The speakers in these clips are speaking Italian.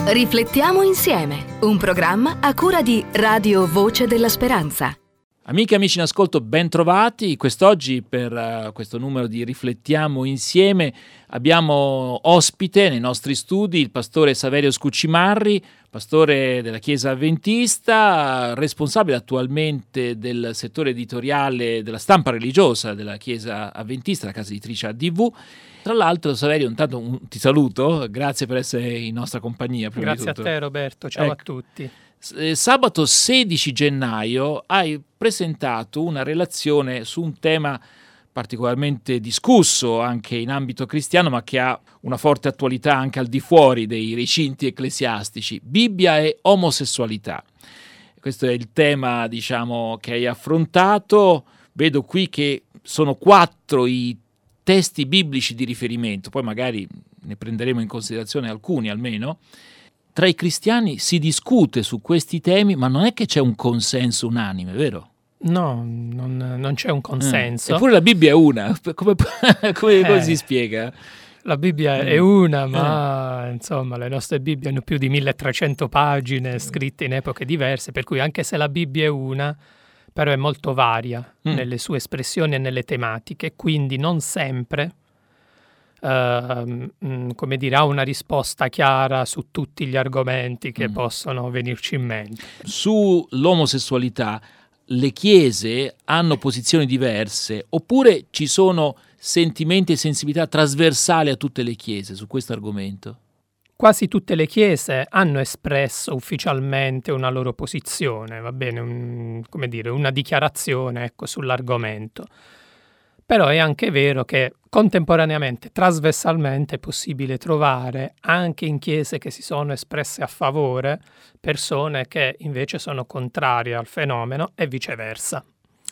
Riflettiamo insieme, un programma a cura di Radio Voce della Speranza. Amiche e amici in ascolto, ben trovati. Quest'oggi per questo numero di Riflettiamo insieme abbiamo ospite nei nostri studi il pastore Saverio Scuccimarri, pastore della Chiesa Adventista, responsabile attualmente del settore editoriale della stampa religiosa della Chiesa Adventista, la casa editrice ADV. Tra l'altro, Saverio, intanto ti saluto, grazie per essere in nostra compagnia. Grazie a te, Roberto, ciao a tutti. Sabato 16 gennaio hai presentato una relazione su un tema particolarmente discusso anche in ambito cristiano, ma che ha una forte attualità anche al di fuori dei recinti ecclesiastici: Bibbia e omosessualità. Questo è il tema, che hai affrontato. Vedo qui che sono 4 i testi biblici di riferimento, poi magari ne prenderemo in considerazione alcuni almeno. Tra i cristiani si discute su questi temi, ma non è che c'è un consenso unanime, vero? No, non c'è un consenso. Eppure la Bibbia è una. Come si spiega? La Bibbia è una, ma insomma le nostre Bibbie hanno più di 1300 pagine scritte in epoche diverse, per cui anche se la Bibbia è una, però è molto varia nelle sue espressioni e nelle tematiche, quindi non sempre ha una risposta chiara su tutti gli argomenti che possono venirci in mente. Sull'omosessualità le chiese hanno posizioni diverse, oppure ci sono sentimenti e sensibilità trasversali a tutte le chiese su questo argomento? Quasi tutte le chiese hanno espresso ufficialmente una loro posizione, va bene, una dichiarazione, sull'argomento. Però è anche vero che contemporaneamente, trasversalmente, è possibile trovare anche in chiese che si sono espresse a favore persone che invece sono contrarie al fenomeno e viceversa.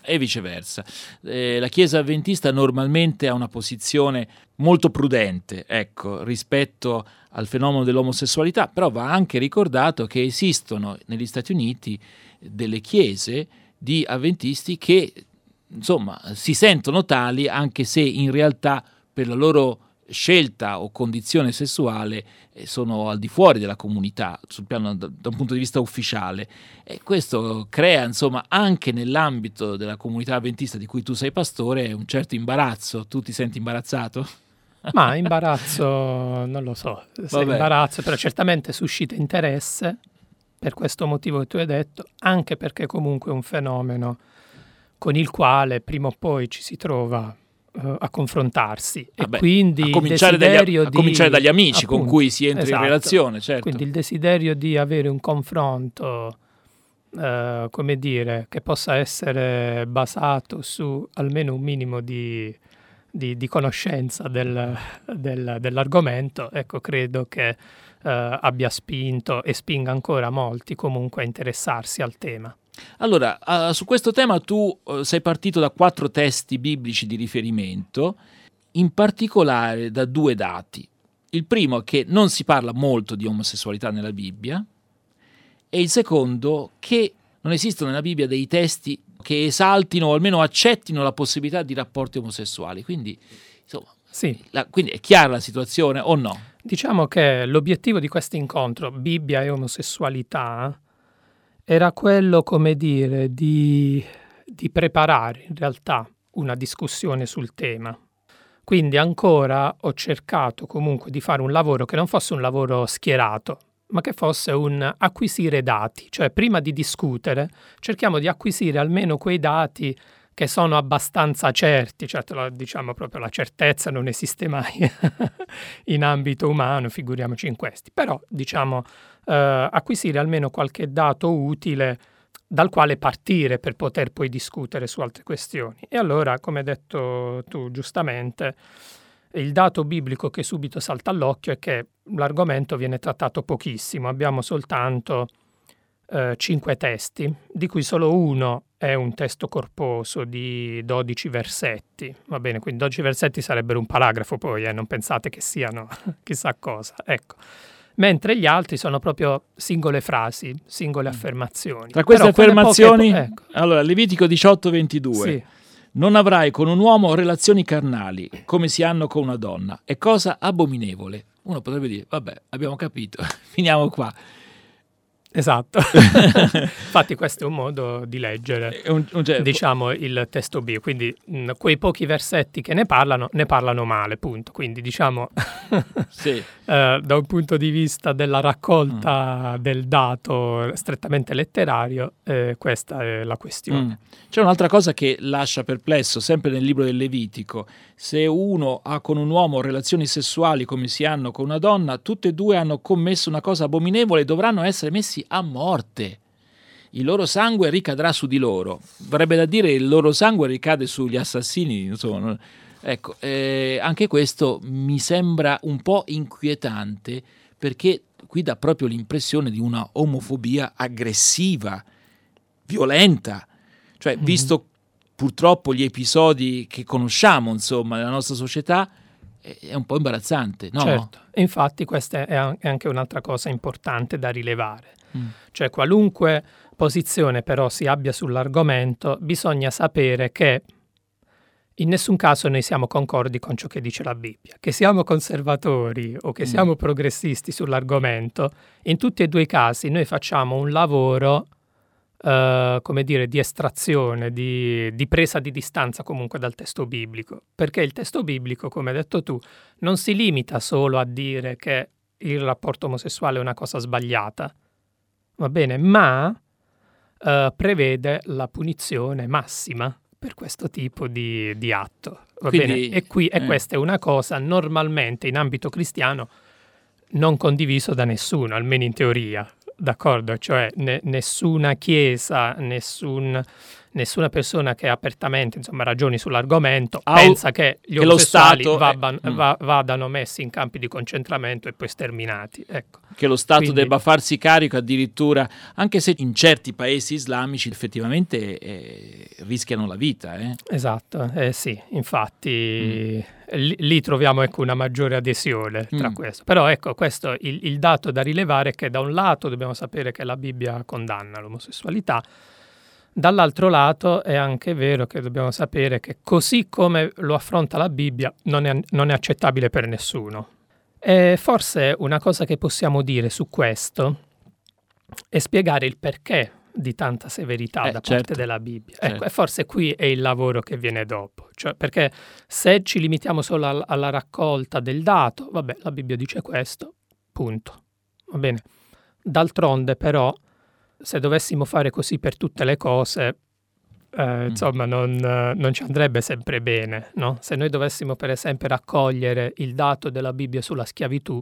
La Chiesa Adventista normalmente ha una posizione molto prudente, rispetto al fenomeno dell'omosessualità, però va anche ricordato che esistono negli Stati Uniti delle chiese di avventisti che si sentono tali, anche se in realtà per la loro scelta o condizione sessuale sono al di fuori della comunità sul piano da un punto di vista ufficiale, e questo crea anche nell'ambito della comunità avventista di cui tu sei pastore un certo imbarazzo. Tu ti senti imbarazzato? Ma imbarazzo non lo so, imbarazzo, però certamente suscita interesse per questo motivo che tu hai detto, anche perché comunque è un fenomeno con il quale prima o poi ci si trova a confrontarsi, quindi a cominciare dagli amici, appunto, con cui si entra in relazione, certo. Quindi il desiderio di avere un confronto che possa essere basato su almeno un minimo di conoscenza dell'argomento, credo che abbia spinto e spinga ancora molti comunque a interessarsi al tema. Allora, su questo tema tu sei partito da 4 testi biblici di riferimento, in particolare da 2 dati. Il primo è che non si parla molto di omosessualità nella Bibbia, e il secondo che non esistono nella Bibbia dei testi che esaltino o almeno accettino la possibilità di rapporti omosessuali. Quindi, quindi è chiara la situazione o no? Diciamo che l'obiettivo di questo incontro, Bibbia e omosessualità, era quello, di preparare in realtà una discussione sul tema. Quindi ancora ho cercato comunque di fare un lavoro che non fosse un lavoro schierato, ma che fosse un acquisire dati. Cioè, prima di discutere, cerchiamo di acquisire almeno quei dati che sono abbastanza certi. Certo, proprio la certezza non esiste mai in ambito umano, figuriamoci in questi. Però, acquisire almeno qualche dato utile dal quale partire per poter poi discutere su altre questioni. E allora, come hai detto tu giustamente, il dato biblico che subito salta all'occhio è che l'argomento viene trattato pochissimo. Abbiamo soltanto 5 testi, di cui solo uno è un testo corposo di 12 versetti. Va bene, quindi 12 versetti sarebbero un paragrafo poi, non pensate che siano chissà cosa. Mentre gli altri sono proprio singole frasi, singole affermazioni. Tra queste affermazioni, allora, Levitico 18:22. Sì. Non avrai con un uomo relazioni carnali, come si hanno con una donna. È cosa abominevole. Uno potrebbe dire, vabbè, abbiamo capito, finiamo qua. Esatto. Infatti questo è un modo di leggere, diciamo, il testo B. Quindi quei pochi versetti che ne parlano male, punto. Quindi diciamo, sì. Da un punto di vista della raccolta del dato strettamente letterario, questa è la questione. C'è un'altra cosa che lascia perplesso, sempre nel libro del Levitico. Se uno ha con un uomo relazioni sessuali come si hanno con una donna, tutte e due hanno commesso una cosa abominevole e dovranno essere messi a morte. Il loro sangue ricadrà su di loro. Vorrebbe da dire il loro sangue ricade sugli assassini, insomma. Ecco, anche questo mi sembra un po' inquietante, perché qui dà proprio l'impressione di una omofobia aggressiva, violenta. Cioè, visto purtroppo gli episodi che conosciamo, insomma, nella nostra società, è un po' imbarazzante, no? Certo, infatti questa è anche un'altra cosa importante da rilevare. Cioè, qualunque posizione però si abbia sull'argomento, bisogna sapere che in nessun caso noi siamo concordi con ciò che dice la Bibbia. Che siamo conservatori o che siamo progressisti sull'argomento, in tutti e due i casi noi facciamo un lavoro come dire, di estrazione, di presa di distanza comunque dal testo biblico, perché il testo biblico, come hai detto tu, non si limita solo a dire che il rapporto omosessuale è una cosa sbagliata, va bene, ma prevede la punizione massima per questo tipo di atto, va Quindi, bene? E questa è una cosa normalmente in ambito cristiano non condiviso da nessuno, almeno in teoria. D'accordo, cioè nessuna chiesa, nessuna persona che apertamente ragioni sull'argomento pensa che gli omosessuali vadano messi in campi di concentramento e poi sterminati. Ecco. Che lo Stato debba farsi carico addirittura, anche se in certi paesi islamici effettivamente rischiano la vita. Esatto, sì, infatti lì troviamo una maggiore adesione tra questo. Però ecco, questo il dato da rilevare è che da un lato dobbiamo sapere che la Bibbia condanna l'omosessualità, dall'altro lato è anche vero che dobbiamo sapere che così come lo affronta la Bibbia non è accettabile per nessuno. E forse una cosa che possiamo dire su questo è spiegare il perché di tanta severità da parte della Bibbia. Certo. Ecco, e forse qui è il lavoro che viene dopo. Cioè, perché se ci limitiamo solo alla raccolta del dato, vabbè, la Bibbia dice questo, punto. Va bene. D'altronde, però, se dovessimo fare così per tutte le cose, insomma, non ci andrebbe sempre bene, no? Se noi dovessimo, per esempio, raccogliere il dato della Bibbia sulla schiavitù,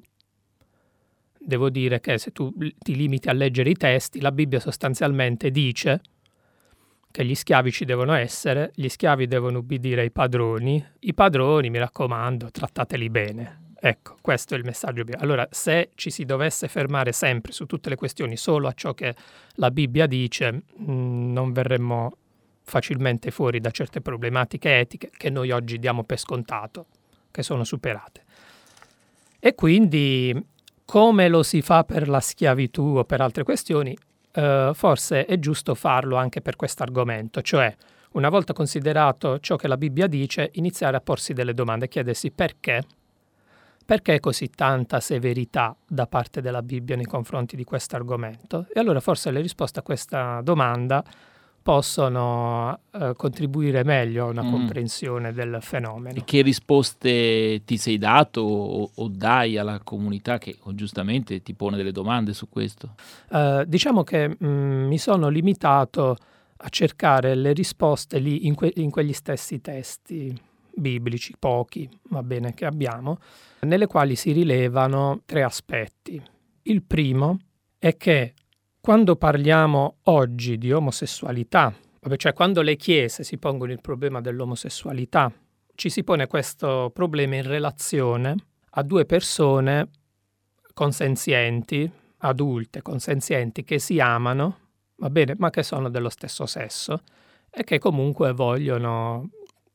devo dire che se tu ti limiti a leggere i testi, la Bibbia sostanzialmente dice che gli schiavi ci devono essere, gli schiavi devono ubbidire ai padroni, i padroni, mi raccomando, trattateli bene. Ecco, questo è il messaggio biblico. Allora, se ci si dovesse fermare sempre su tutte le questioni solo a ciò che la Bibbia dice, non verremmo facilmente fuori da certe problematiche etiche che noi oggi diamo per scontato, che sono superate. E quindi, come lo si fa per la schiavitù o per altre questioni, forse è giusto farlo anche per questo argomento, cioè, una volta considerato ciò che la Bibbia dice, iniziare a porsi delle domande e chiedersi perché. Perché così tanta severità da parte della Bibbia nei confronti di questo argomento? E allora forse le risposte a questa domanda possono contribuire meglio a una comprensione del fenomeno. E che risposte ti sei dato o dai alla comunità che giustamente ti pone delle domande su questo? Diciamo che mi sono limitato a cercare le risposte lì in quegli stessi testi biblici, pochi, va bene, che abbiamo, nelle quali si rilevano 3 aspetti. Il primo è che quando parliamo oggi di omosessualità, cioè quando le chiese si pongono il problema dell'omosessualità, ci si pone questo problema in relazione a 2 persone consenzienti, adulte, consenzienti, che si amano, va bene, ma che sono dello stesso sesso e che comunque vogliono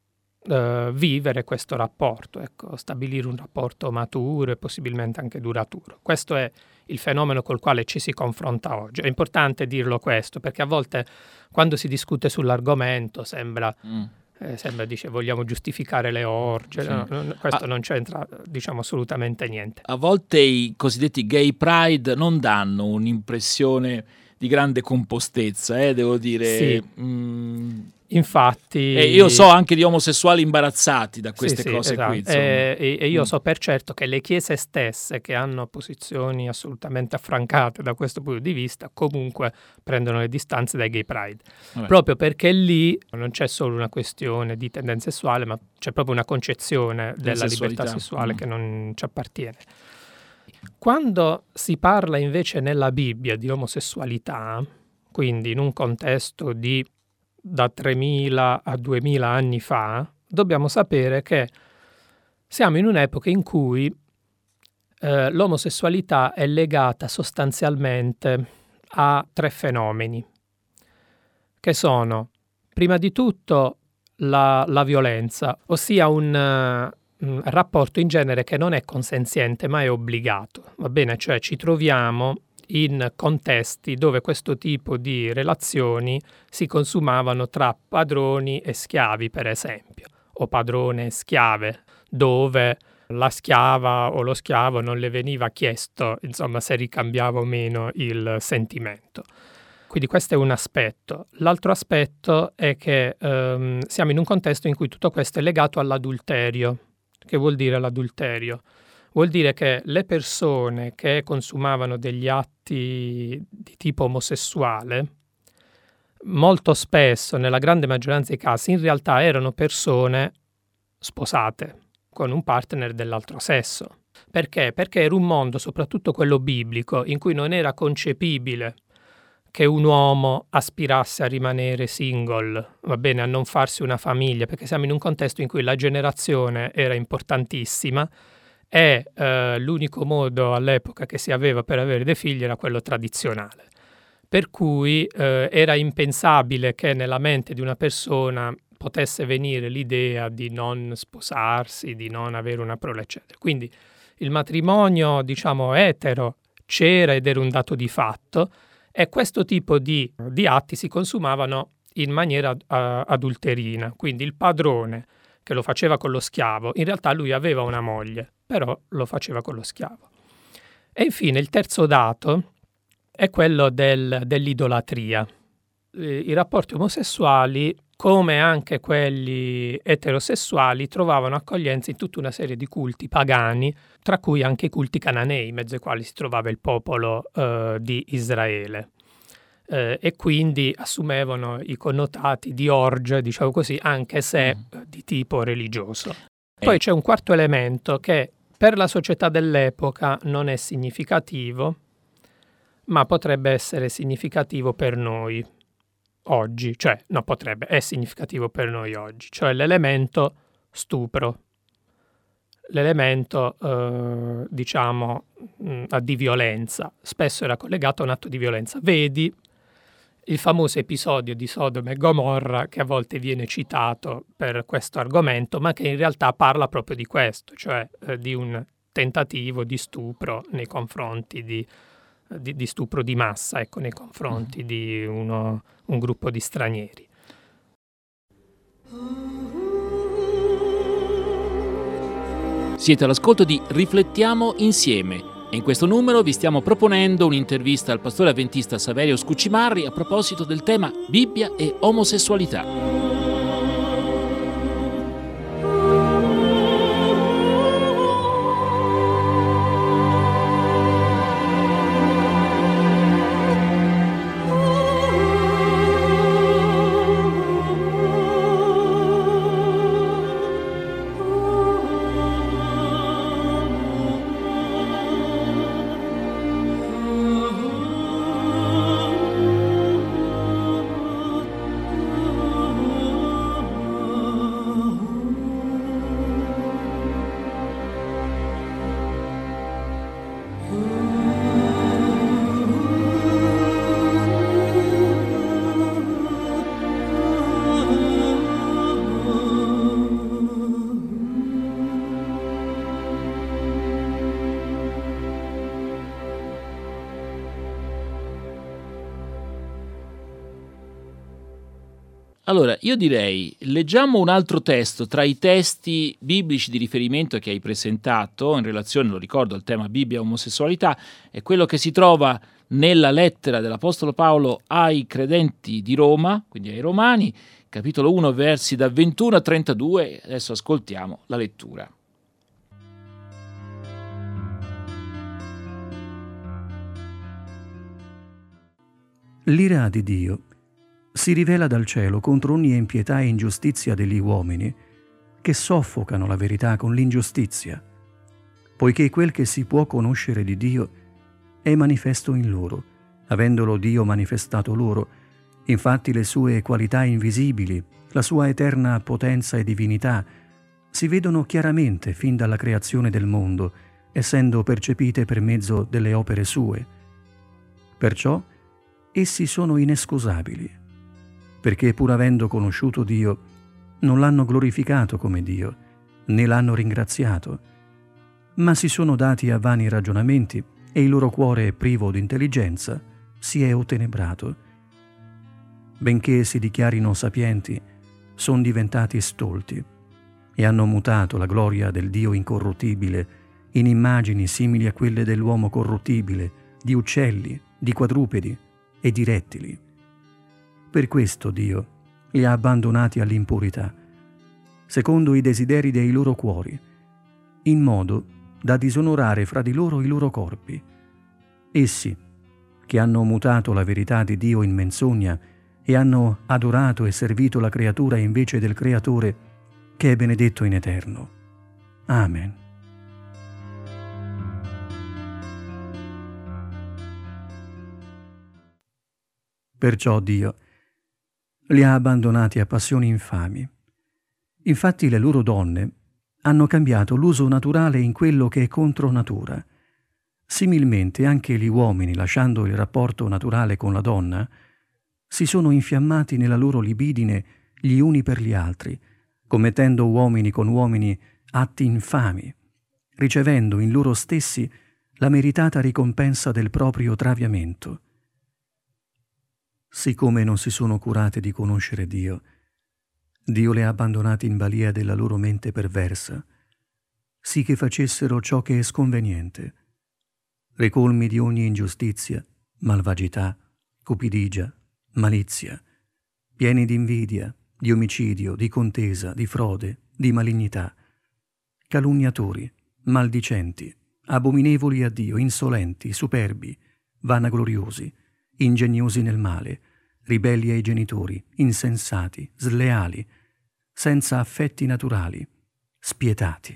vivere questo rapporto, ecco, stabilire un rapporto maturo e possibilmente anche duraturo. Questo è il fenomeno col quale ci si confronta oggi. È importante dirlo questo, perché a volte quando si discute sull'argomento sembra Sembra, dice, vogliamo giustificare le orge. Sì. Questo non c'entra, diciamo, assolutamente niente. A volte i cosiddetti gay pride non danno un'impressione di grande compostezza, devo dire. Sì. Infatti, io so anche di omosessuali imbarazzati da queste cose esatto. qui. E io so per certo che le chiese stesse, che hanno posizioni assolutamente affrancate da questo punto di vista, comunque prendono le distanze dai gay pride. Vabbè. Proprio perché lì non c'è solo una questione di tendenza sessuale, ma c'è proprio una concezione della libertà sessuale che non ci appartiene. Quando si parla invece nella Bibbia di omosessualità, quindi in un contesto di da 3.000 a 2.000 anni fa, dobbiamo sapere che siamo in un'epoca in cui l'omosessualità è legata sostanzialmente a 3 fenomeni, che sono, prima di tutto, la violenza, ossia un rapporto in genere che non è consenziente ma è obbligato, va bene? Cioè ci troviamo in contesti dove questo tipo di relazioni si consumavano tra padroni e schiavi, per esempio, o padrone e schiave, dove la schiava o lo schiavo non le veniva chiesto, insomma, se ricambiava o meno il sentimento. Quindi questo è un aspetto. L'altro aspetto è che siamo in un contesto in cui tutto questo è legato all'adulterio. Che vuol dire l'adulterio? Vuol dire che le persone che consumavano degli atti di tipo omosessuale, molto spesso, nella grande maggioranza dei casi, in realtà erano persone sposate con un partner dell'altro sesso. Perché? Perché era un mondo, soprattutto quello biblico, in cui non era concepibile che un uomo aspirasse a rimanere single, va bene, a non farsi una famiglia, perché siamo in un contesto in cui la generazione era importantissima e l'unico modo all'epoca che si aveva per avere dei figli era quello tradizionale. Per cui era impensabile che nella mente di una persona potesse venire l'idea di non sposarsi, di non avere una prole, eccetera. Quindi il matrimonio, diciamo, etero c'era ed era un dato di fatto, e questo tipo di atti si consumavano in maniera adulterina. Quindi il padrone che lo faceva con lo schiavo, in realtà lui aveva una moglie, però lo faceva con lo schiavo. E infine il terzo dato è quello dell'idolatria. I rapporti omosessuali, come anche quelli eterosessuali, trovavano accoglienza in tutta una serie di culti pagani, tra cui anche i culti cananei, in mezzo ai quali si trovava il popolo di Israele. E quindi assumevano i connotati di orge, diciamo così, anche se di tipo religioso. Poi c'è un quarto elemento che per la società dell'epoca non è significativo, ma potrebbe essere significativo per noi oggi, è significativo per noi oggi, cioè l'elemento stupro, l'elemento, di violenza. Spesso era collegato a un atto di violenza. Vedi il famoso episodio di Sodoma e Gomorra, che a volte viene citato per questo argomento, ma che in realtà parla proprio di questo, cioè di un tentativo di stupro nei confronti di stupro di massa, ecco, nei confronti di un gruppo di stranieri. Siete all'ascolto di Riflettiamo insieme e in questo numero vi stiamo proponendo un'intervista al pastore avventista Saverio Scuccimarri a proposito del tema Bibbia e omosessualità. Allora, io direi, leggiamo un altro testo tra i testi biblici di riferimento che hai presentato in relazione, lo ricordo, al tema Bibbia e omosessualità, è quello che si trova nella lettera dell'Apostolo Paolo ai credenti di Roma, quindi ai Romani, capitolo 1, versi da 21 a 32. Adesso ascoltiamo la lettura. L'ira di Dio si rivela dal cielo contro ogni impietà e ingiustizia degli uomini che soffocano la verità con l'ingiustizia, poiché quel che si può conoscere di Dio è manifesto in loro, avendolo Dio manifestato loro. Infatti le sue qualità invisibili, la sua eterna potenza e divinità, si vedono chiaramente fin dalla creazione del mondo, essendo percepite per mezzo delle opere sue. Perciò essi sono inescusabili, perché pur avendo conosciuto Dio, non l'hanno glorificato come Dio, né l'hanno ringraziato, ma si sono dati a vani ragionamenti e il loro cuore privo di intelligenza si è ottenebrato. Benché si dichiarino sapienti, sono diventati stolti e hanno mutato la gloria del Dio incorruttibile in immagini simili a quelle dell'uomo corruttibile, di uccelli, di quadrupedi e di rettili. Per questo Dio li ha abbandonati all'impurità, secondo i desideri dei loro cuori, in modo da disonorare fra di loro i loro corpi. Essi, che hanno mutato la verità di Dio in menzogna e hanno adorato e servito la creatura invece del Creatore, che è benedetto in eterno. Amen. Perciò Dio li ha abbandonati a passioni infami. Infatti le loro donne hanno cambiato l'uso naturale in quello che è contro natura. Similmente anche gli uomini, lasciando il rapporto naturale con la donna, si sono infiammati nella loro libidine gli uni per gli altri, commettendo uomini con uomini atti infami, ricevendo in loro stessi la meritata ricompensa del proprio traviamento. Siccome non si sono curate di conoscere Dio, Dio le ha abbandonate in balia della loro mente perversa, sì che facessero ciò che è sconveniente, ricolmi di ogni ingiustizia, malvagità, cupidigia, malizia, pieni di invidia, di omicidio, di contesa, di frode, di malignità, calunniatori, maldicenti, abominevoli a Dio, insolenti, superbi, vanagloriosi, ingegnosi nel male, ribelli ai genitori, insensati, sleali, senza affetti naturali, spietati.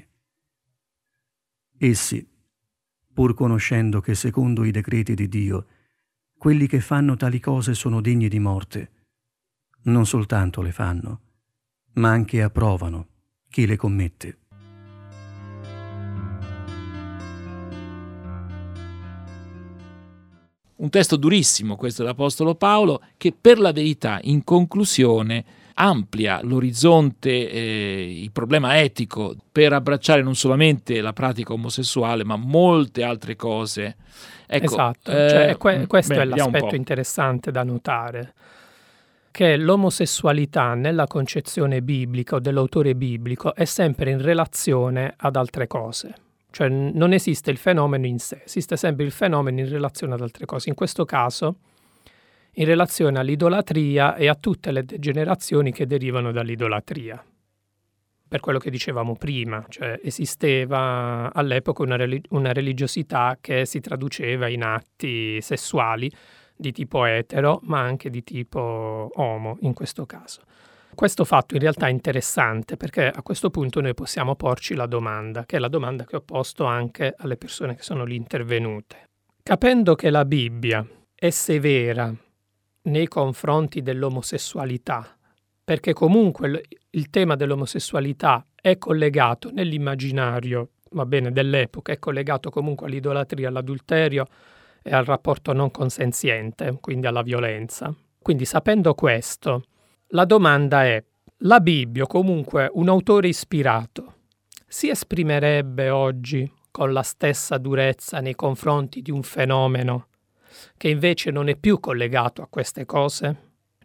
Essi, pur conoscendo che secondo i decreti di Dio, quelli che fanno tali cose sono degni di morte, non soltanto le fanno, ma anche approvano chi le commette. Un testo durissimo questo dell'Apostolo Paolo, che per la verità in conclusione amplia l'orizzonte, il problema etico, per abbracciare non solamente la pratica omosessuale ma molte altre cose. Ecco, esatto, questo è l'aspetto interessante da notare, che l'omosessualità nella concezione biblica o dell'autore biblico è sempre in relazione ad altre cose. Cioè non esiste il fenomeno in sé, esiste sempre il fenomeno in relazione ad altre cose. In questo caso in relazione all'idolatria e a tutte le degenerazioni che derivano dall'idolatria. Per quello che dicevamo prima, cioè esisteva all'epoca una religiosità che si traduceva in atti sessuali di tipo etero, ma anche di tipo omo in questo caso. Questo fatto in realtà è interessante perché a questo punto noi possiamo porci la domanda, che è la domanda che ho posto anche alle persone che sono lì intervenute. Capendo che la Bibbia è severa nei confronti dell'omosessualità, perché comunque il tema dell'omosessualità è collegato nell'immaginario, dell'epoca, è collegato comunque all'idolatria, all'adulterio e al rapporto non consenziente, quindi alla violenza. Quindi sapendo questo, la domanda è: la Bibbia, o comunque un autore ispirato, si esprimerebbe oggi con la stessa durezza nei confronti di un fenomeno che invece non è più collegato a queste cose?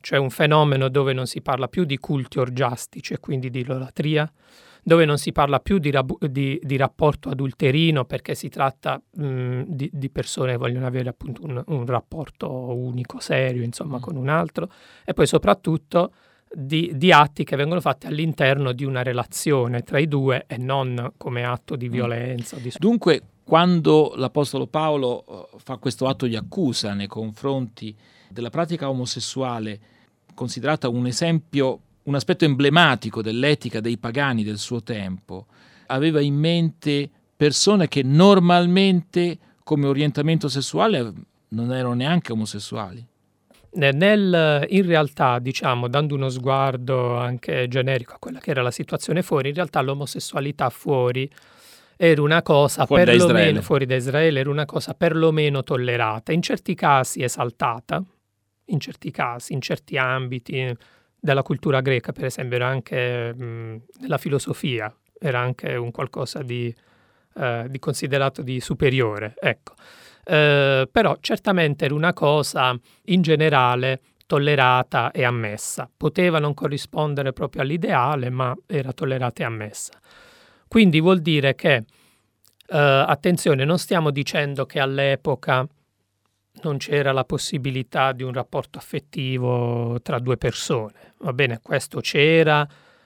cioè un fenomeno dove non si parla più di culti orgiastici e quindi di idolatria, dove non si parla più di rapporto adulterino, perché si tratta di persone che vogliono avere appunto un rapporto unico, serio, insomma, con un altro, e poi soprattutto di atti che vengono fatti all'interno di una relazione tra i due e non come atto di violenza. Dunque, quando l'Apostolo Paolo fa questo atto di accusa nei confronti della pratica omosessuale, considerata un esempio, un aspetto emblematico dell'etica dei pagani del suo tempo, aveva in mente persone che normalmente come orientamento sessuale non erano neanche omosessuali. In realtà, diciamo, dando uno sguardo anche generico a quella che era la situazione fuori, in realtà l'omosessualità fuori era una cosa perlomeno fuori da Israele, era una cosa perlomeno tollerata, in certi casi esaltata, in certi ambiti della cultura greca, per esempio, era anche nella filosofia, era anche un qualcosa di considerato di superiore, ecco. Però certamente era una cosa in generale tollerata e ammessa. Poteva non corrispondere proprio all'ideale, ma era tollerata e ammessa. Quindi vuol dire che, attenzione, non stiamo dicendo che all'epoca non c'era la possibilità di un rapporto affettivo tra due persone. Va bene, questo c'era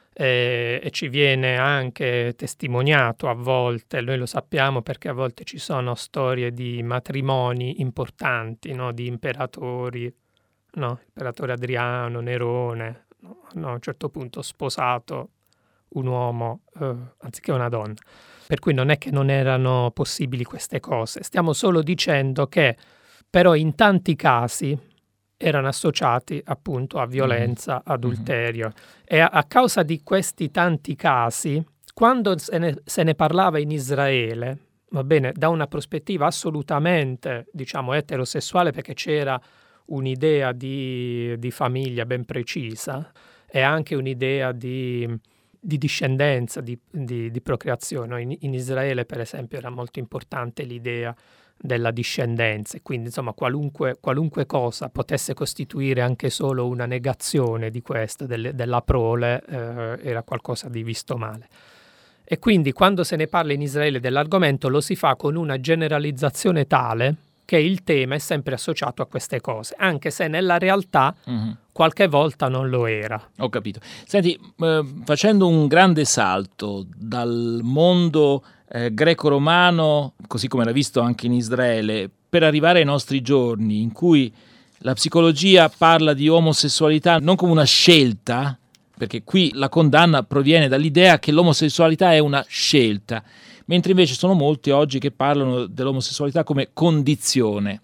e ci viene anche testimoniato a volte, noi lo sappiamo perché a volte ci sono storie di matrimoni importanti, no? Di imperatori, no? Imperatore Adriano, Nerone, no? A un certo punto sposato un uomo anziché una donna. Per cui non è che non erano possibili queste cose, stiamo solo dicendo che però in tanti casi erano associati appunto a violenza, adulterio. E a causa di questi tanti casi, quando se ne parlava in Israele, va bene, da una prospettiva assolutamente, diciamo, eterosessuale, perché c'era un'idea di famiglia ben precisa e anche un'idea di discendenza, di procreazione. In Israele, per esempio, era molto importante l'idea della discendenza, e quindi insomma qualunque cosa potesse costituire anche solo una negazione di questo, della prole, era qualcosa di visto male. E quindi quando se ne parla in Israele dell'argomento lo si fa con una generalizzazione tale che il tema è sempre associato a queste cose, anche se nella realtà qualche volta non lo era. Ho capito. Senti, facendo un grande salto dal mondo greco-romano, così come era visto anche in Israele, per arrivare ai nostri giorni, in cui la psicologia parla di omosessualità non come una scelta, perché qui la condanna proviene dall'idea che l'omosessualità è una scelta, mentre invece sono molti oggi che parlano dell'omosessualità come condizione.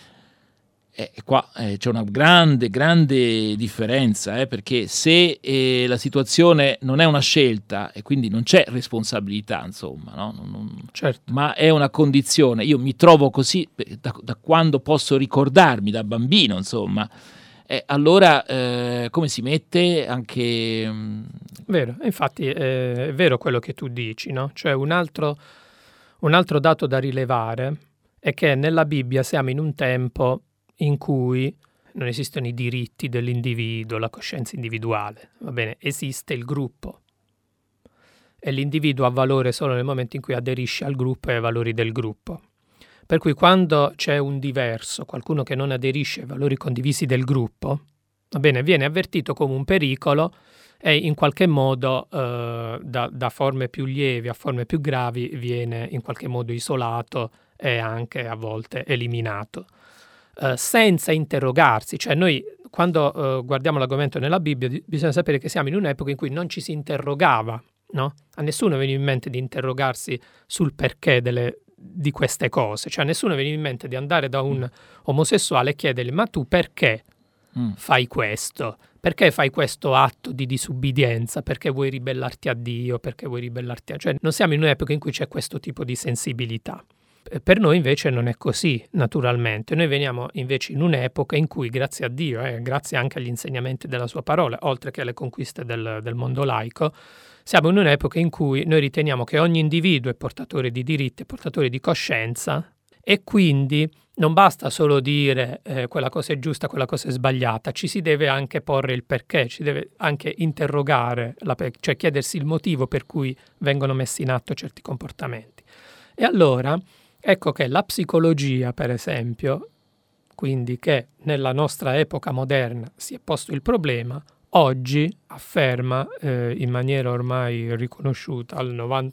E qua c'è una grande differenza, perché se la situazione non è una scelta e quindi non c'è responsabilità, insomma, no? Certo. Ma è una condizione. Io mi trovo così da quando posso ricordarmi, da bambino, insomma. Allora come si mette anche... Vero, infatti è vero quello che tu dici, no? Cioè un altro dato da rilevare è che nella Bibbia siamo in un tempo in cui non esistono i diritti dell'individuo, la coscienza individuale, va bene? Esiste il gruppo e l'individuo ha valore solo nel momento in cui aderisce al gruppo e ai valori del gruppo. Per cui quando c'è un diverso, qualcuno che non aderisce ai valori condivisi del gruppo, va bene, viene avvertito come un pericolo e in qualche modo da forme più lievi a forme più gravi viene in qualche modo isolato e anche a volte eliminato. Senza interrogarsi, cioè noi quando guardiamo l'argomento nella Bibbia bisogna sapere che siamo in un'epoca in cui non ci si interrogava, no? A nessuno veniva in mente di interrogarsi sul perché di queste cose, cioè a nessuno veniva in mente di andare da un omosessuale e chiedergli ma tu perché fai questo? Perché fai questo atto di disubbidienza? Perché vuoi ribellarti a Dio? Perché vuoi ribellarti a... Cioè non siamo in un'epoca in cui c'è questo tipo di sensibilità. Per noi invece non è così, naturalmente. Noi veniamo invece in un'epoca in cui, grazie a Dio, grazie anche agli insegnamenti della sua parola, oltre che alle conquiste del mondo laico, siamo in un'epoca in cui noi riteniamo che ogni individuo è portatore di diritti, è portatore di coscienza E quindi non basta solo dire quella cosa è giusta, quella cosa è sbagliata, ci si deve anche porre il perché, ci deve anche interrogare, cioè chiedersi il motivo per cui vengono messi in atto certi comportamenti. E allora ecco che la psicologia, per esempio, quindi che nella nostra epoca moderna si è posto il problema, oggi afferma in maniera ormai riconosciuta al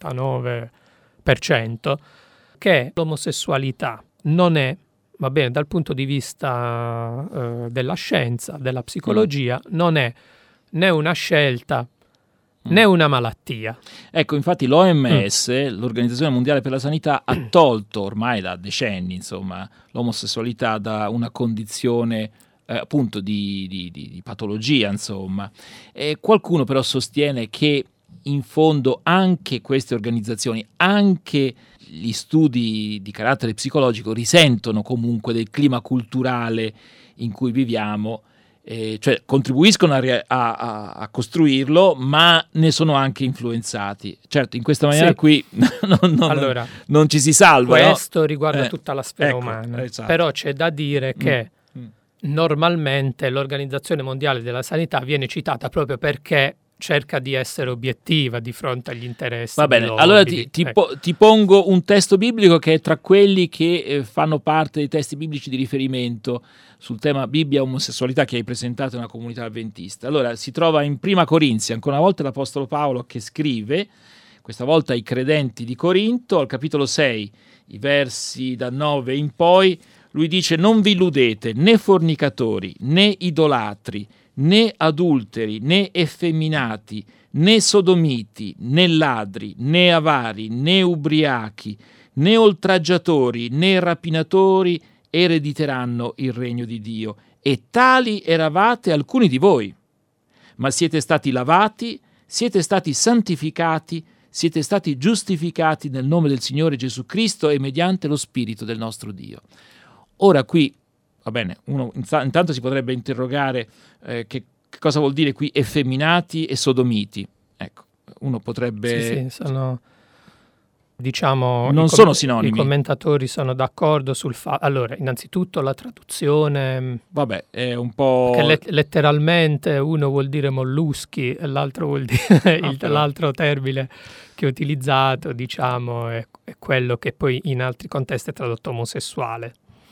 99% che l'omosessualità non è, va bene, dal punto di vista della scienza, della psicologia, non è né una scelta né una malattia. Ecco, infatti l'OMS, l'Organizzazione Mondiale per la Sanità, ha tolto ormai da decenni, insomma, l'omosessualità da una condizione appunto di patologia, insomma. E qualcuno però sostiene che in fondo anche queste organizzazioni, anche gli studi di carattere psicologico risentono comunque del clima culturale in cui viviamo, cioè contribuiscono a costruirlo, ma ne sono anche influenzati. Certo, in questa maniera qui non ci si salva. Questo riguarda tutta la sfera umana, esatto. Però c'è da dire che normalmente l'Organizzazione Mondiale della Sanità viene citata proprio perché cerca di essere obiettiva di fronte agli interessi. Va bene, allora ti pongo un testo biblico che è tra quelli che fanno parte dei testi biblici di riferimento sul tema Bibbia e omosessualità che hai presentato nella comunità avventista. Allora, si trova in Prima Corinzi, ancora una volta l'Apostolo Paolo che scrive, questa volta ai credenti di Corinto, al capitolo 6, i versi da 9 in poi, lui dice: non vi illudete, né fornicatori, né idolatri, né adulteri, né effeminati, né sodomiti, né ladri, né avari, né ubriachi, né oltraggiatori, né rapinatori erediteranno il regno di Dio. E tali eravate alcuni di voi. Ma siete stati lavati, siete stati santificati, siete stati giustificati nel nome del Signore Gesù Cristo e mediante lo Spirito del nostro Dio. Ora qui, va bene, uno intanto si potrebbe interrogare che cosa vuol dire qui effeminati e sodomiti. Ecco, uno potrebbe... Sì, sono... Diciamo, non sono sinonimi. I commentatori sono d'accordo sul fatto. Allora, innanzitutto la traduzione. Vabbè, è un po'. Che letteralmente uno vuol dire molluschi e l'altro vuol dire. L'altro termine che è utilizzato, diciamo, è quello che poi in altri contesti è tradotto omosessuale.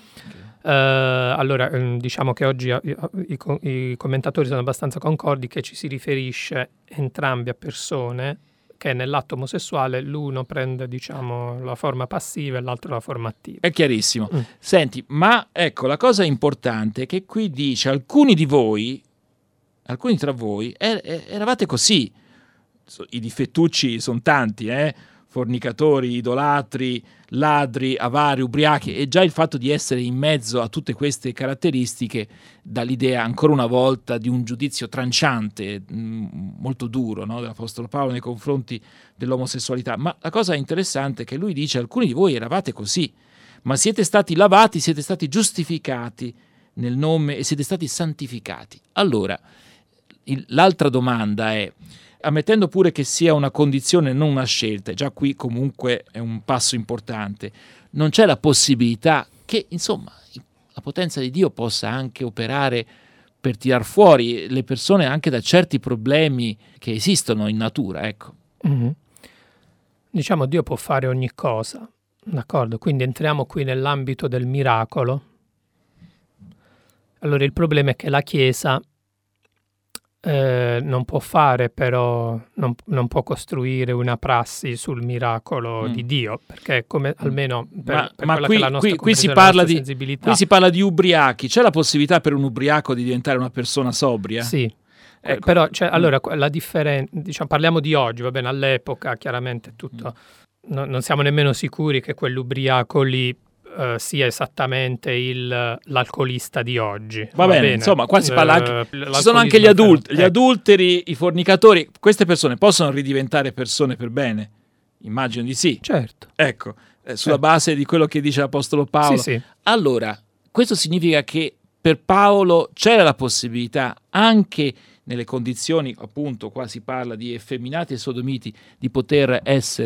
Allora, diciamo che oggi i commentatori sono abbastanza concordi che ci si riferisce entrambi a persone che nell'atto omosessuale l'uno prende, diciamo, la forma passiva e l'altro la forma attiva. È chiarissimo. Senti, ma ecco, la cosa importante è che qui dice alcuni tra voi eravate così. I difettucci sono tanti, fornicatori, idolatri, ladri, avari, ubriachi, e già il fatto di essere in mezzo a tutte queste caratteristiche dà l'idea ancora una volta di un giudizio tranciante, molto duro, no, dell'Apostolo Paolo nei confronti dell'omosessualità. Ma la cosa interessante è che lui dice: alcuni di voi eravate così, ma siete stati lavati, siete stati giustificati nel nome e siete stati santificati. Allora, l'altra domanda è: ammettendo pure che sia una condizione, non una scelta, già qui comunque è un passo importante, non c'è la possibilità che, insomma, la potenza di Dio possa anche operare per tirar fuori le persone anche da certi problemi che esistono in natura, ecco. Mm-hmm. Diciamo, Dio può fare ogni cosa, d'accordo? Quindi entriamo qui nell'ambito del miracolo. Allora, il problema è che la Chiesa non può fare, però non può costruire una prassi sul miracolo di Dio, perché come almeno per ma quella qui, che è la nostra qui si parla di sensibilità. Qui si parla di ubriachi. C'è la possibilità per un ubriaco di diventare una persona sobria? Sì. Ecco. Però allora la differenza, diciamo, parliamo di oggi, va bene, all'epoca chiaramente tutto non siamo nemmeno sicuri che quell'ubriaco lì sia esattamente l'alcolista di oggi. Va bene, insomma, qua si parla anche... ci sono anche gli adulteri, i fornicatori. Queste persone possono ridiventare persone per bene? Immagino di sì. Certo. Ecco, sulla base di quello che dice l'Apostolo Paolo. Sì. Allora, questo significa che per Paolo c'era la possibilità, anche nelle condizioni, appunto, qua si parla di effeminati e sodomiti, di poter essere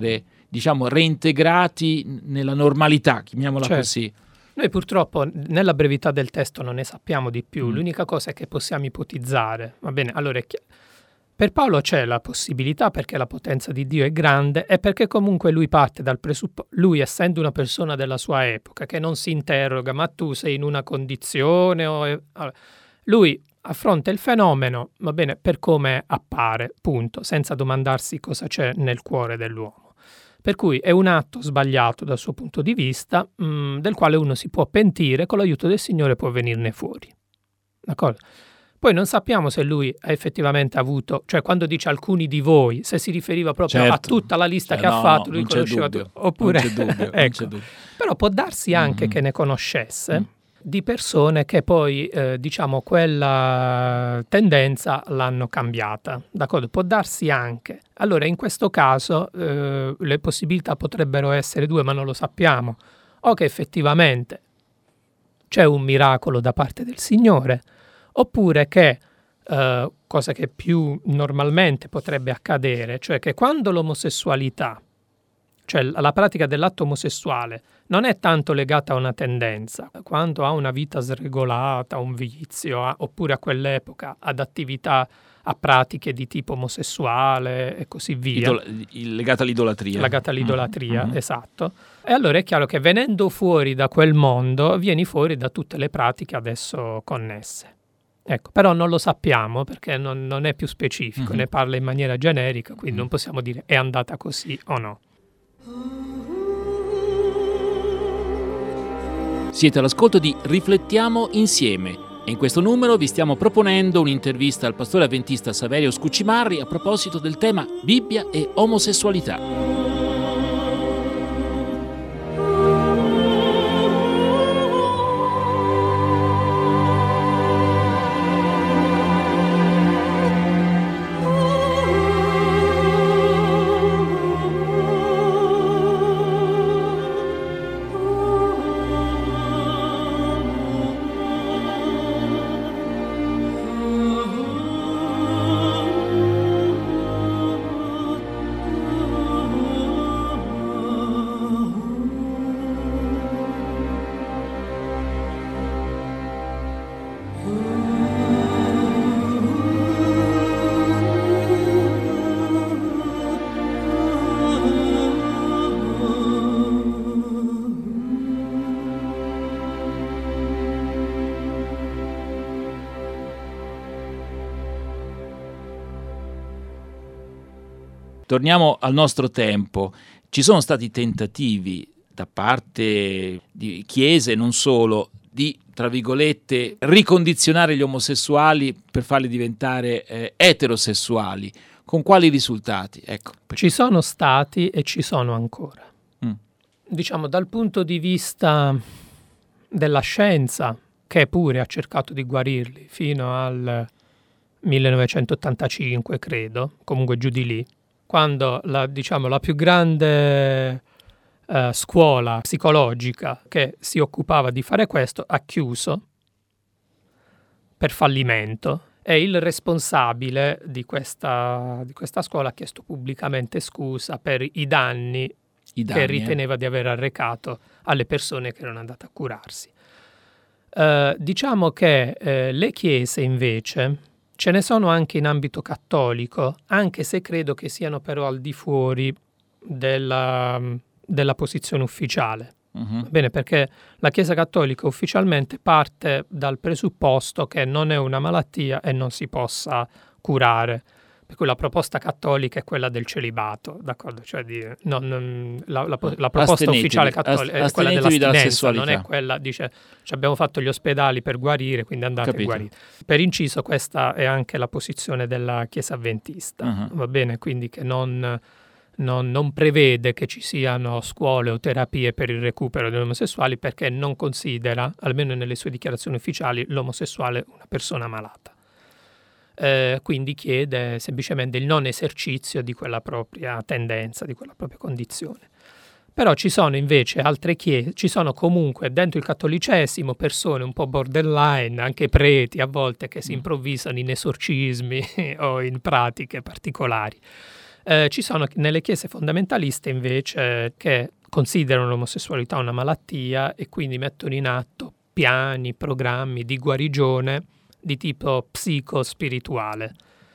diciamo, reintegrati nella normalità, chiamiamola così. Noi purtroppo nella brevità del testo non ne sappiamo di più, l'unica cosa è che possiamo ipotizzare, va bene? Allora, per Paolo c'è la possibilità perché la potenza di Dio è grande e perché comunque lui parte dal presupposto, lui essendo una persona della sua epoca che non si interroga, ma tu sei in una condizione lui affronta il fenomeno, va bene, per come appare, punto, senza domandarsi cosa c'è nel cuore dell'uomo. Per cui è un atto sbagliato dal suo punto di vista, del quale uno si può pentire, con l'aiuto del Signore può venirne fuori. D'accordo? Poi non sappiamo se lui ha effettivamente avuto, cioè quando dice alcuni di voi, se si riferiva proprio a tutta la lista che ha fatto, lui conosceva tutto. Oppure, non c'è dubbio, ecco. non c'è dubbio. Però può darsi anche che ne conoscesse di persone che poi, diciamo, quella tendenza l'hanno cambiata. D'accordo? Può darsi anche. Allora, in questo caso, le possibilità potrebbero essere due, ma non lo sappiamo. O che effettivamente c'è un miracolo da parte del Signore, oppure che, cosa che più normalmente potrebbe accadere, cioè che quando l'omosessualità, cioè la pratica dell'atto omosessuale, non è tanto legata a una tendenza, quanto a una vita sregolata, un vizio, oppure a quell'epoca ad attività, a pratiche di tipo omosessuale e così via. Legata all'idolatria. Legata all'idolatria, esatto. E allora è chiaro che venendo fuori da quel mondo, vieni fuori da tutte le pratiche adesso connesse. Ecco, però non lo sappiamo perché non è più specifico, ne parla in maniera generica, quindi non possiamo dire è andata così o no. Siete all'ascolto di Riflettiamo insieme e in questo numero vi stiamo proponendo un'intervista al pastore avventista Saverio Scuccimarri a proposito del tema Bibbia e omosessualità. Torniamo al nostro tempo. Ci sono stati tentativi da parte di chiese, non solo, di, tra virgolette, ricondizionare gli omosessuali per farli diventare eterosessuali. Con quali risultati? Ecco. Ci sono stati e ci sono ancora. Diciamo, dal punto di vista della scienza, che pure ha cercato di guarirli fino al 1985, credo, comunque giù di lì, quando la più grande scuola psicologica che si occupava di fare questo ha chiuso per fallimento e il responsabile di questa scuola ha chiesto pubblicamente scusa per i danni che riteneva di aver arrecato alle persone che erano andate a curarsi. Diciamo che le chiese invece ce ne sono anche in ambito cattolico, anche se credo che siano però al di fuori della posizione ufficiale. Bene, perché la Chiesa Cattolica ufficialmente parte dal presupposto che non è una malattia e non si possa curare. Per cui la proposta cattolica è quella del celibato, d'accordo? Cioè la proposta ufficiale cattolica è quella dell'astinenza, non è quella, dice, abbiamo fatto gli ospedali per guarire, quindi andate a guarire. Per inciso questa è anche la posizione della Chiesa Adventista, va bene? Quindi che non prevede che ci siano scuole o terapie per il recupero degli omosessuali perché non considera, almeno nelle sue dichiarazioni ufficiali, l'omosessuale una persona malata. Quindi chiede semplicemente il non esercizio di quella propria tendenza, di quella propria condizione. Però ci sono invece altre chiese, ci sono comunque dentro il cattolicesimo persone un po' borderline, anche preti a volte, che si improvvisano in esorcismi o in pratiche particolari. Ci sono nelle chiese fondamentaliste invece che considerano l'omosessualità una malattia e quindi mettono in atto piani, programmi di guarigione di tipo psico-spirituale.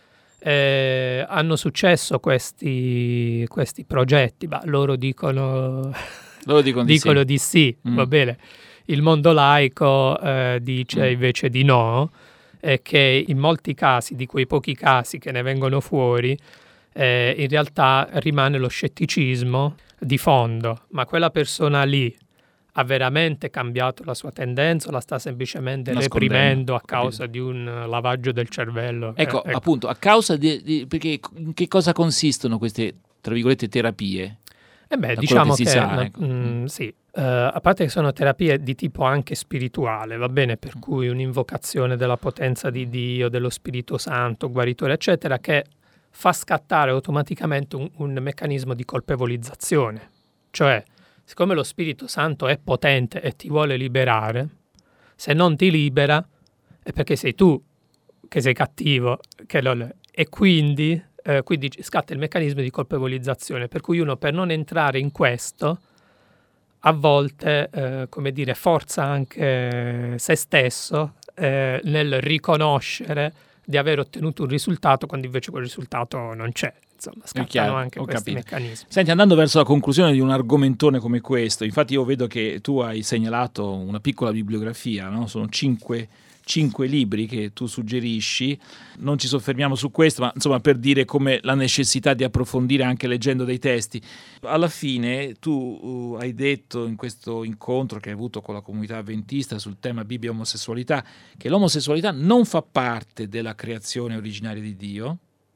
Hanno successo questi progetti, ma loro dicono di sì. Va bene. Il mondo laico dice invece di no, e che in molti casi, di quei pochi casi che ne vengono fuori, in realtà rimane lo scetticismo di fondo, ma quella persona lì ha veramente cambiato la sua tendenza o la sta semplicemente reprimendo a causa di un lavaggio del cervello? Ecco, appunto, a causa perché in che cosa consistono queste, tra virgolette, terapie? Diciamo che sa, sì, a parte che sono terapie di tipo anche spirituale, va bene, per cui un'invocazione della potenza di Dio, dello Spirito Santo, guaritore, eccetera, che fa scattare automaticamente un meccanismo di colpevolizzazione. Cioè, siccome lo Spirito Santo è potente e ti vuole liberare, se non ti libera è perché sei tu che sei cattivo, e quindi scatta il meccanismo di colpevolizzazione, per cui uno, per non entrare in questo, a volte forza anche se stesso nel riconoscere di aver ottenuto un risultato quando invece quel risultato non c'è. Insomma, scattano anche questi meccanismi. Senti, andando verso la conclusione di un argomentone come questo, infatti io vedo che tu hai segnalato una piccola bibliografia, no? Sono 5 libri che tu suggerisci, non ci soffermiamo su questo, ma insomma per dire come la necessità di approfondire anche leggendo dei testi. Alla fine tu hai detto in questo incontro che hai avuto con la comunità avventista sul tema Bibbia e omosessualità che l'omosessualità non fa parte della creazione originaria di Dio,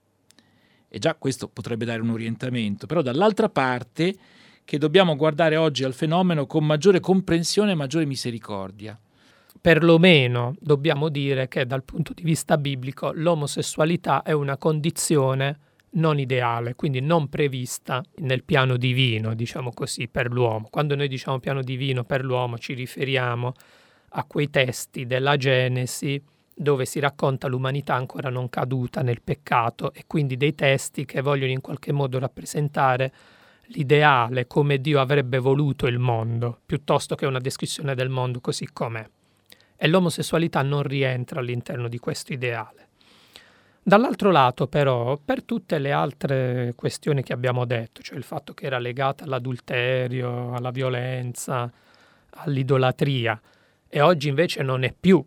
e già questo potrebbe dare un orientamento, però dall'altra parte che dobbiamo guardare oggi al fenomeno con maggiore comprensione e maggiore misericordia. Perlomeno dobbiamo dire che dal punto di vista biblico l'omosessualità è una condizione non ideale, quindi non prevista nel piano divino, diciamo così, per l'uomo. Quando noi diciamo piano divino per l'uomo ci riferiamo a quei testi della Genesi dove si racconta l'umanità ancora non caduta nel peccato, e quindi dei testi che vogliono in qualche modo rappresentare l'ideale, come Dio avrebbe voluto il mondo, piuttosto che una descrizione del mondo così com'è. E l'omosessualità non rientra all'interno di questo ideale. Dall'altro lato, però, per tutte le altre questioni che abbiamo detto, cioè il fatto che era legata all'adulterio, alla violenza, all'idolatria, e oggi invece non è più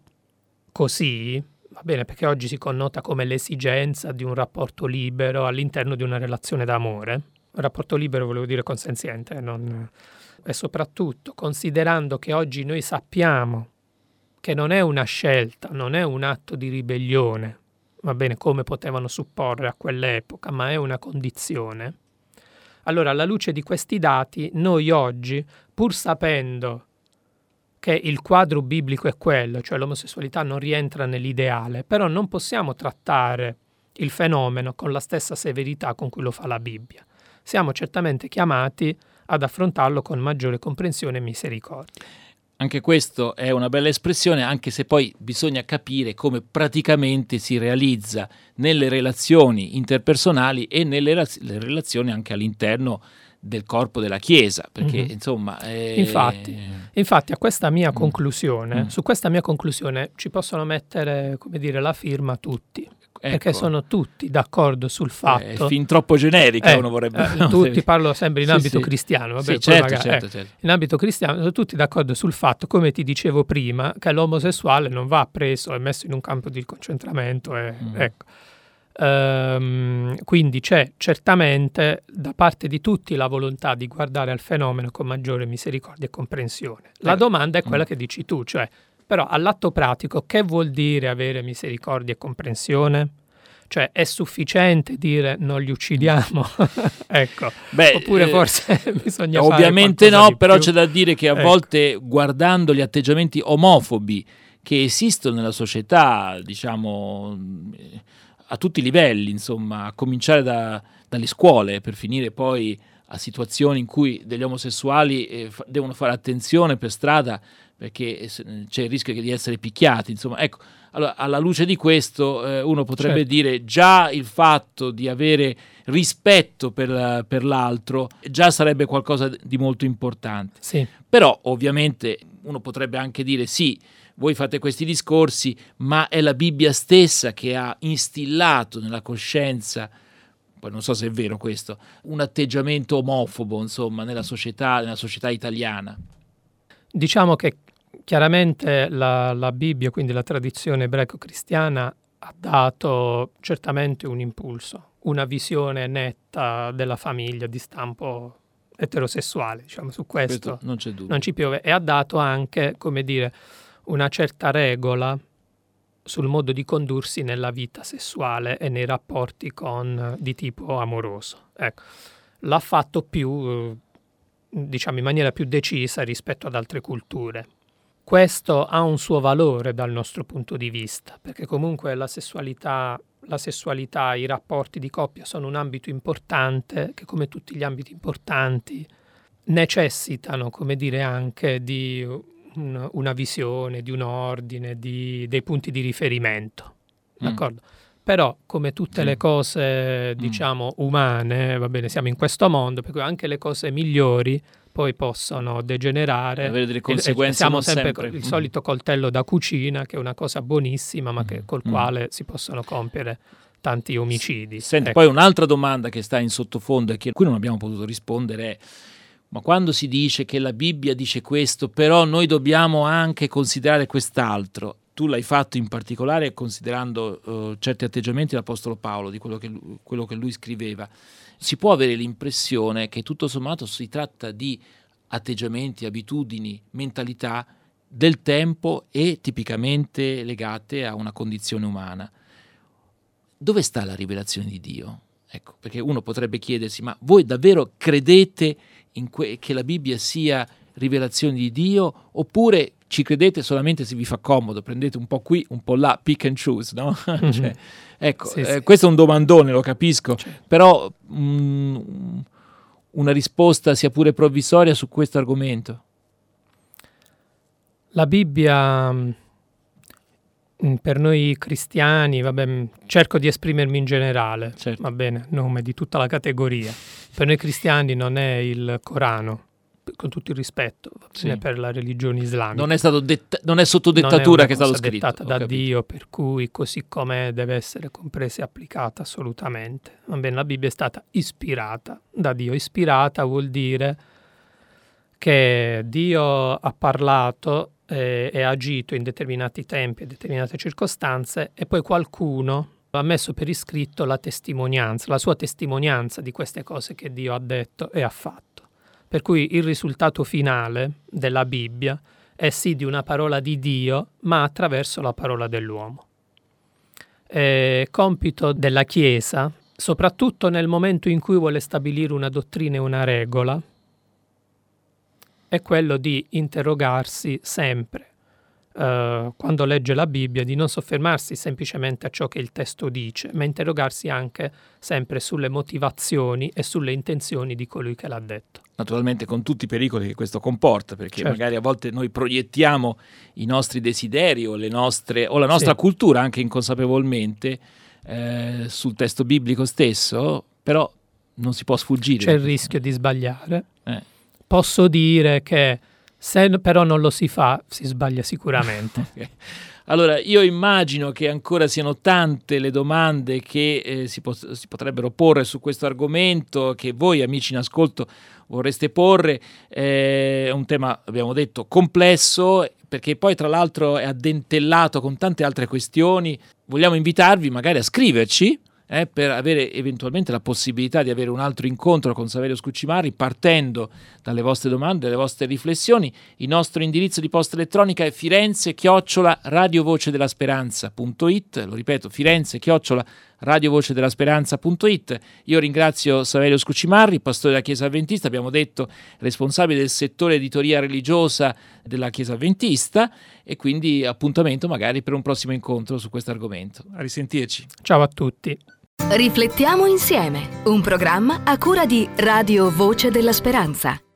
così, va bene, perché oggi si connota come l'esigenza di un rapporto libero all'interno di una relazione d'amore. Un rapporto libero volevo dire consenziente, e soprattutto considerando che oggi noi sappiamo che non è una scelta, non è un atto di ribellione, va bene, come potevano supporre a quell'epoca, ma è una condizione. Allora, alla luce di questi dati, noi oggi, pur sapendo che il quadro biblico è quello, cioè l'omosessualità non rientra nell'ideale, però non possiamo trattare il fenomeno con la stessa severità con cui lo fa la Bibbia. Siamo certamente chiamati ad affrontarlo con maggiore comprensione e misericordia. Anche questo è una bella espressione, anche se poi bisogna capire come praticamente si realizza nelle relazioni interpersonali e nelle relazioni anche all'interno del corpo della Chiesa, perché insomma... Infatti a questa mia conclusione, su questa mia conclusione ci possono mettere, come dire, la firma tutti. Perché sono tutti d'accordo sul fatto... È fin troppo generica, uno vorrebbe... tutti, parlo sempre in ambito cristiano. Vabbè, sì, certo. In ambito cristiano sono tutti d'accordo sul fatto, come ti dicevo prima, che l'omosessuale non va preso e messo in un campo di concentramento. Ecco. Quindi c'è certamente da parte di tutti la volontà di guardare al fenomeno con maggiore misericordia e comprensione. La domanda è quella che dici tu, cioè... Però all'atto pratico che vuol dire avere misericordia e comprensione? Cioè è sufficiente dire non li uccidiamo? Ecco. Oppure forse bisogna fare ovviamente no, però più. C'è da dire che a volte guardando gli atteggiamenti omofobi che esistono nella società, diciamo a tutti i livelli, insomma, a cominciare dalle scuole per finire poi a situazioni in cui degli omosessuali devono fare attenzione per strada perché c'è il rischio di essere picchiati, insomma, ecco. Allora, alla luce di questo uno potrebbe dire già il fatto di avere rispetto per l'altro già sarebbe qualcosa di molto importante. Sì. Però ovviamente uno potrebbe anche dire sì, voi fate questi discorsi, ma è la Bibbia stessa che ha instillato nella coscienza, poi non so se è vero questo, un atteggiamento omofobo, insomma, nella società italiana. Diciamo che chiaramente la Bibbia, quindi la tradizione ebraico-cristiana, ha dato certamente un impulso, una visione netta della famiglia di stampo eterosessuale, diciamo, su questo non c'è dubbio. Non ci piove, e ha dato anche, come dire, una certa regola sul modo di condursi nella vita sessuale e nei rapporti di tipo amoroso. Ecco, l'ha fatto più, diciamo, in maniera più decisa rispetto ad altre culture. Questo ha un suo valore dal nostro punto di vista, perché comunque la sessualità, i rapporti di coppia sono un ambito importante che, come tutti gli ambiti importanti, necessitano, come dire, anche di una visione, di un ordine, dei punti di riferimento. D'accordo? Però, come tutte le cose, diciamo, umane, va bene, siamo in questo mondo, per cui anche le cose migliori poi possono degenerare, avere delle conseguenze. Siamo sempre il solito coltello da cucina, che è una cosa buonissima, ma col quale si possono compiere tanti omicidi. Senti, poi un'altra domanda che sta in sottofondo e a cui non abbiamo potuto rispondere è: ma quando si dice che la Bibbia dice questo, però noi dobbiamo anche considerare quest'altro? Tu l'hai fatto in particolare considerando certi atteggiamenti dell'Apostolo Paolo, di quello che lui scriveva. Si può avere l'impressione che tutto sommato si tratta di atteggiamenti, abitudini, mentalità del tempo e tipicamente legate a una condizione umana. Dove sta la rivelazione di Dio? Ecco, perché uno potrebbe chiedersi: ma voi davvero credete che la Bibbia sia rivelazione di Dio, oppure ci credete solamente se vi fa comodo, prendete un po' qui, un po' là, pick and choose, no? Cioè, ecco, sì. Questo è un domandone, lo capisco, però una risposta sia pure provvisoria su questo argomento. La Bibbia, per noi cristiani, cerco di esprimermi in generale, certo. Va bene, nome di tutta la categoria. Per noi cristiani non è il Corano, con tutto il rispetto, sì, per la religione islamica. Non è sotto dettatura che è stato scritto. Non è dettata da Dio, per cui così com'è deve essere compresa e applicata assolutamente. Va bene, la Bibbia è stata ispirata da Dio. Ispirata vuol dire che Dio ha parlato e ha agito in determinati tempi e determinate circostanze, e poi qualcuno ha messo per iscritto la sua testimonianza di queste cose che Dio ha detto e ha fatto. Per cui il risultato finale della Bibbia è sì di una parola di Dio, ma attraverso la parola dell'uomo. È compito della Chiesa, soprattutto nel momento in cui vuole stabilire una dottrina e una regola, è quello di interrogarsi sempre, quando legge la Bibbia, di non soffermarsi semplicemente a ciò che il testo dice, ma interrogarsi anche sempre sulle motivazioni e sulle intenzioni di colui che l'ha detto. Naturalmente con tutti i pericoli che questo comporta, perché certo, magari a volte noi proiettiamo i nostri desideri o la nostra cultura anche inconsapevolmente sul testo biblico stesso, però non si può sfuggire. C'è il rischio di sbagliare. Posso dire che se però non lo si fa, si sbaglia sicuramente. Okay. Allora, io immagino che ancora siano tante le domande che si potrebbero porre su questo argomento, che voi amici in ascolto vorreste porre. È un tema, abbiamo detto, complesso, perché poi tra l'altro è addentellato con tante altre questioni. Vogliamo invitarvi magari a scriverci per avere eventualmente la possibilità di avere un altro incontro con Saverio Scuccimarri, partendo dalle vostre domande, dalle vostre riflessioni. Il nostro indirizzo di posta elettronica è firenze@radiovocedellasperanza.it, lo ripeto, firenze@radiovocedellasperanza.it. Io ringrazio Saverio Scuccimarri, pastore della Chiesa Adventista, abbiamo detto responsabile del settore editoria religiosa della Chiesa Adventista, e quindi appuntamento magari per un prossimo incontro su questo argomento. A risentirci. Ciao a tutti. Riflettiamo insieme, un programma a cura di Radio Voce della Speranza.